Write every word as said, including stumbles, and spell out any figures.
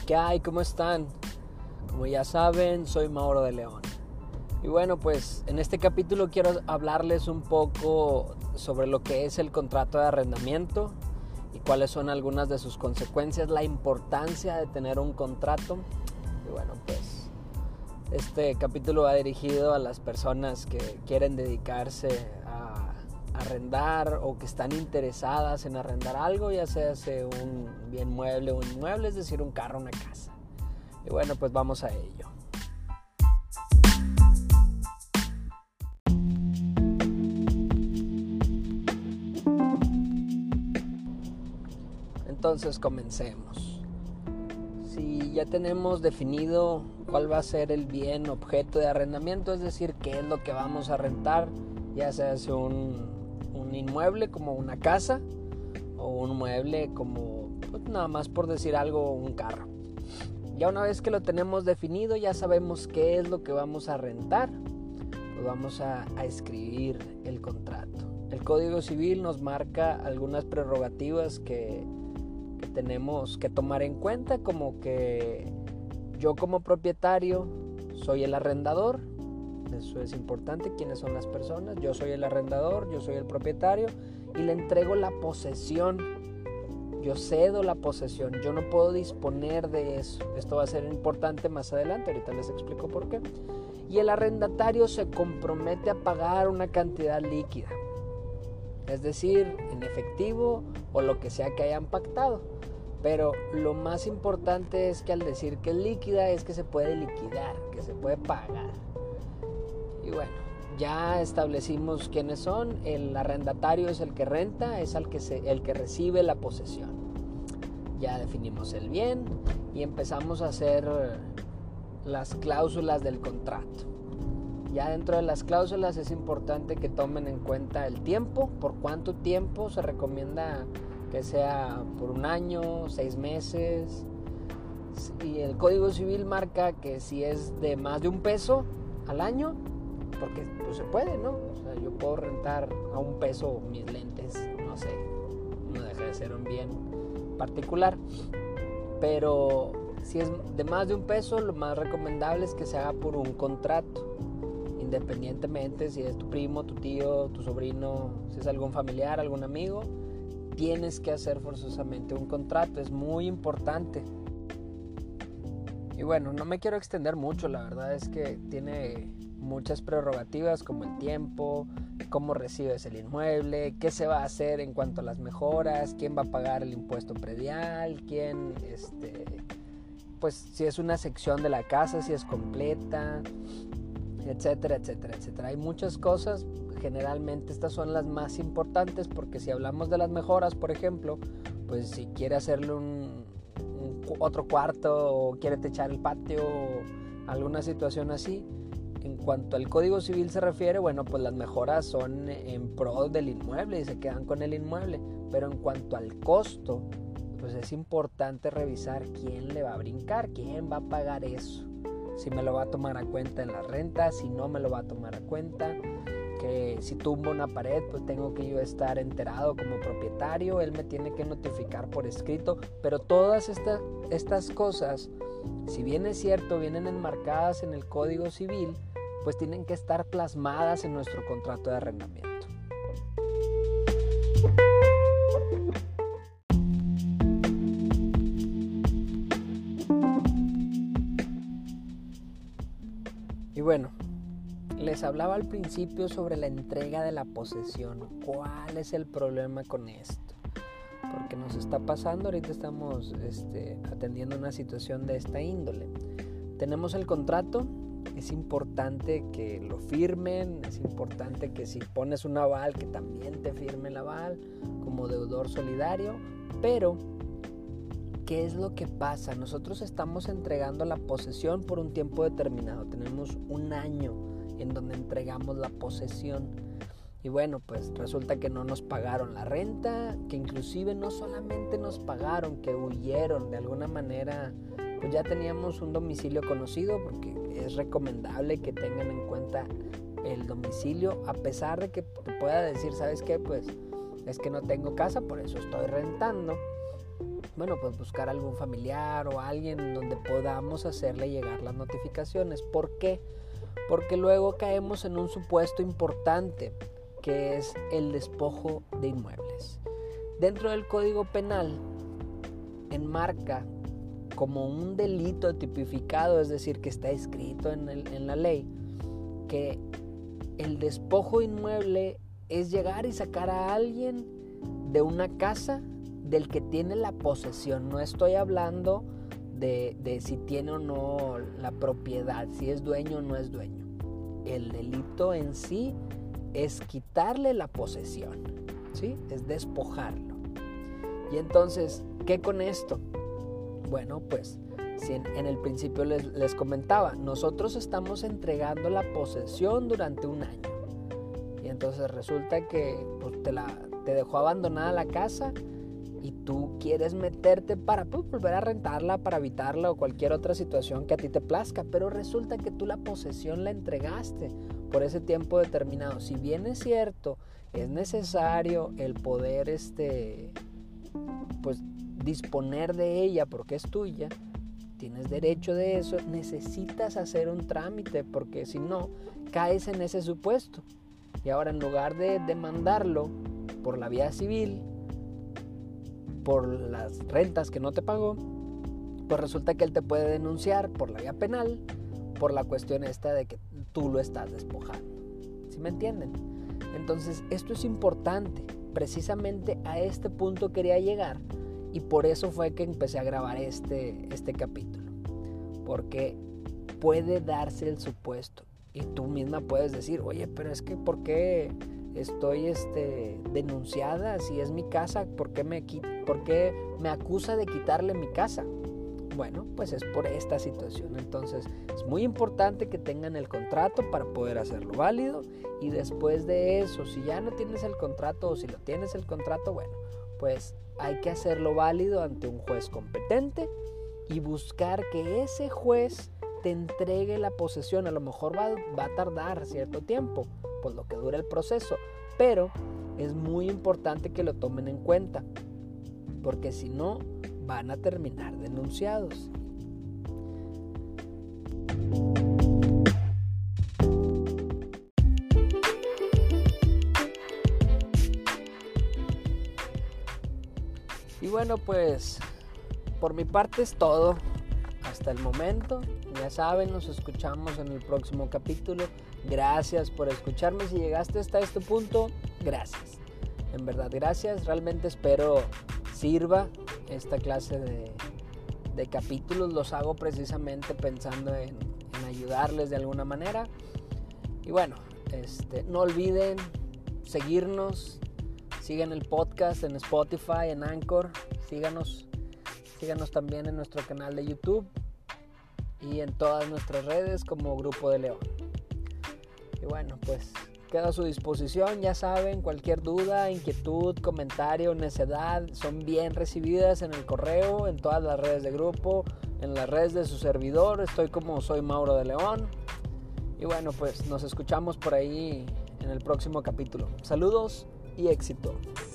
¿Qué hay? ¿Cómo están? Como ya saben, soy Mauro de León. Y bueno, pues en este capítulo quiero hablarles un poco sobre lo que es el contrato de arrendamiento y cuáles son algunas de sus consecuencias, la importancia de tener un contrato. Y bueno, pues este capítulo va dirigido a las personas que quieren dedicarse a arrendar o que están interesadas en arrendar algo, ya sea un bien mueble o un inmueble, es decir, un carro o una casa. Y bueno, pues vamos a ello. Entonces comencemos. Si ya tenemos definido cuál va a ser el bien objeto de arrendamiento, es decir, qué es lo que vamos a rentar, ya sea un, un inmueble como una casa o un mueble como, pues nada más por decir algo, un carro. Ya una vez que lo tenemos definido, ya sabemos qué es lo que vamos a rentar, pues vamos a, a escribir el contrato. El Código Civil nos marca algunas prerrogativas que, que tenemos que tomar en cuenta, como que yo como propietario soy el arrendador. Eso es importante, quiénes son las personas. Yo soy el arrendador, yo soy el propietario y le entrego la posesión. Yo cedo la posesión, yo no puedo disponer de eso. Esto va a ser importante más adelante, ahorita les explico por qué. Y el arrendatario se compromete a pagar una cantidad líquida, es decir, en efectivo o lo que sea que hayan pactado. Pero lo más importante es que al decir que es líquida es que se puede liquidar, que se puede pagar. Y bueno, ya establecimos quiénes son. El arrendatario es el que renta, es el que, se, el que recibe la posesión. Ya definimos el bien y empezamos a hacer las cláusulas del contrato. Ya dentro de las cláusulas es importante que tomen en cuenta el tiempo, por cuánto tiempo se recomienda que sea, por un año, seis meses. Y el Código Civil marca que si es de más de un peso al año, porque pues se puede, ¿no? O sea, yo puedo rentar a un peso mis lentes, no sé, no deja de ser un bien particular, pero si es de más de un peso, lo más recomendable es que se haga por un contrato, independientemente si es tu primo, tu tío, tu sobrino, si es algún familiar, algún amigo, tienes que hacer forzosamente un contrato, es muy importante. Y bueno, no me quiero extender mucho, la verdad es que tiene muchas prerrogativas como el tiempo, cómo recibes el inmueble, qué se va a hacer en cuanto a las mejoras, quién va a pagar el impuesto predial, quién, este, pues si es una sección de la casa, si es completa, etcétera, etcétera, etcétera. Hay muchas cosas, generalmente estas son las más importantes porque si hablamos de las mejoras, por ejemplo, pues si quiere hacerle un, un otro cuarto o quiere techar el patio o alguna situación así. En cuanto al Código Civil se refiere, bueno, pues las mejoras son en pro del inmueble y se quedan con el inmueble. Pero en cuanto al costo, pues es importante revisar quién le va a brincar, quién va a pagar eso. Si me lo va a tomar a cuenta en la renta, si no me lo va a tomar a cuenta. Que si tumbo una pared, pues tengo que yo estar enterado como propietario, él me tiene que notificar por escrito. Pero todas estas, estas cosas, si bien es cierto, vienen enmarcadas en el Código Civil, pues tienen que estar plasmadas en nuestro contrato de arrendamiento. Y bueno, les hablaba al principio sobre la entrega de la posesión. ¿Cuál es el problema con esto? Porque nos está pasando, ahorita estamos este, atendiendo una situación de esta índole. Tenemos el contrato, es importante que lo firmen, es importante que si pones un aval, que también te firme el aval como deudor solidario, pero ¿qué es lo que pasa? Nosotros estamos entregando la posesión por un tiempo determinado, tenemos un año en donde entregamos la posesión. Y bueno, pues resulta que no nos pagaron la renta, que inclusive no solamente nos pagaron, que huyeron de alguna manera. Pues ya teníamos un domicilio conocido, porque es recomendable que tengan en cuenta el domicilio, a pesar de que te pueda decir, ¿sabes qué? Pues es que no tengo casa, por eso estoy rentando. bueno, pues buscar algún familiar o alguien donde podamos hacerle llegar las notificaciones. ¿Por qué? Porque luego caemos en un supuesto importante, que es el despojo de inmuebles. Dentro del Código Penal enmarca como un delito tipificado, es decir, que está escrito en, el, en la ley, que el despojo inmueble es llegar y sacar a alguien de una casa del que tiene la posesión. No estoy hablando de, de si tiene o no la propiedad, si es dueño o no es dueño. El delito en sí es quitarle la posesión, ¿sí? Es despojarlo. Y entonces, ¿qué con esto? Bueno, pues si en, en el principio les, les comentaba, nosotros estamos entregando la posesión durante un año. Y entonces resulta que pues, te, la, te dejó abandonada la casa y tú quieres meterte para pues, volver a rentarla, para habitarla o cualquier otra situación que a ti te plazca. Pero resulta que tú la posesión la entregaste por ese tiempo determinado. Si bien es cierto, es necesario el poder este, pues, disponer de ella porque es tuya, tienes derecho de eso, necesitas hacer un trámite porque si no, caes en ese supuesto. Y ahora en lugar de demandarlo por la vía civil, por las rentas que no te pagó, pues resulta que él te puede denunciar por la vía penal, por la cuestión esta de que tú lo estás despojando. ¿Sí me entienden? Entonces, esto es importante. Precisamente a este punto quería llegar y por eso fue que empecé a grabar este, este capítulo. Porque puede darse el supuesto y tú misma puedes decir, oye, pero es que ¿por qué estoy este, denunciada? Si es mi casa, ¿por qué me, por qué me acusa de quitarle mi casa? Bueno, pues es por esta situación. Entonces es muy importante que tengan el contrato para poder hacerlo válido y después de eso, si ya no tienes el contrato o si lo tienes el contrato, bueno, pues hay que hacerlo válido ante un juez competente y buscar que ese juez te entregue la posesión. A lo mejor va, va a tardar cierto tiempo, por lo que dura el proceso, pero es muy importante que lo tomen en cuenta, porque si no, van a terminar denunciados. Y bueno, pues por mi parte es todo hasta el momento. Ya saben, nos escuchamos en el próximo capítulo. Gracias por escucharme. Si llegaste hasta este punto, gracias. En verdad, gracias. Realmente espero sirva esta clase de, de capítulos. Los hago precisamente pensando en, en ayudarles de alguna manera. Y bueno, este, no olviden seguirnos. Sigan el podcast en Spotify, en Anchor. Síganos, síganos también en nuestro canal de YouTube y en todas nuestras redes como Grupo de León. Y bueno, pues quedo a su disposición. Ya saben, cualquier duda, inquietud, comentario, necedad son bien recibidas en el correo, en todas las redes de grupo, en las redes de su servidor. Estoy como Soy Mauro de León. Y bueno, pues nos escuchamos por ahí en el próximo capítulo. Saludos y éxito.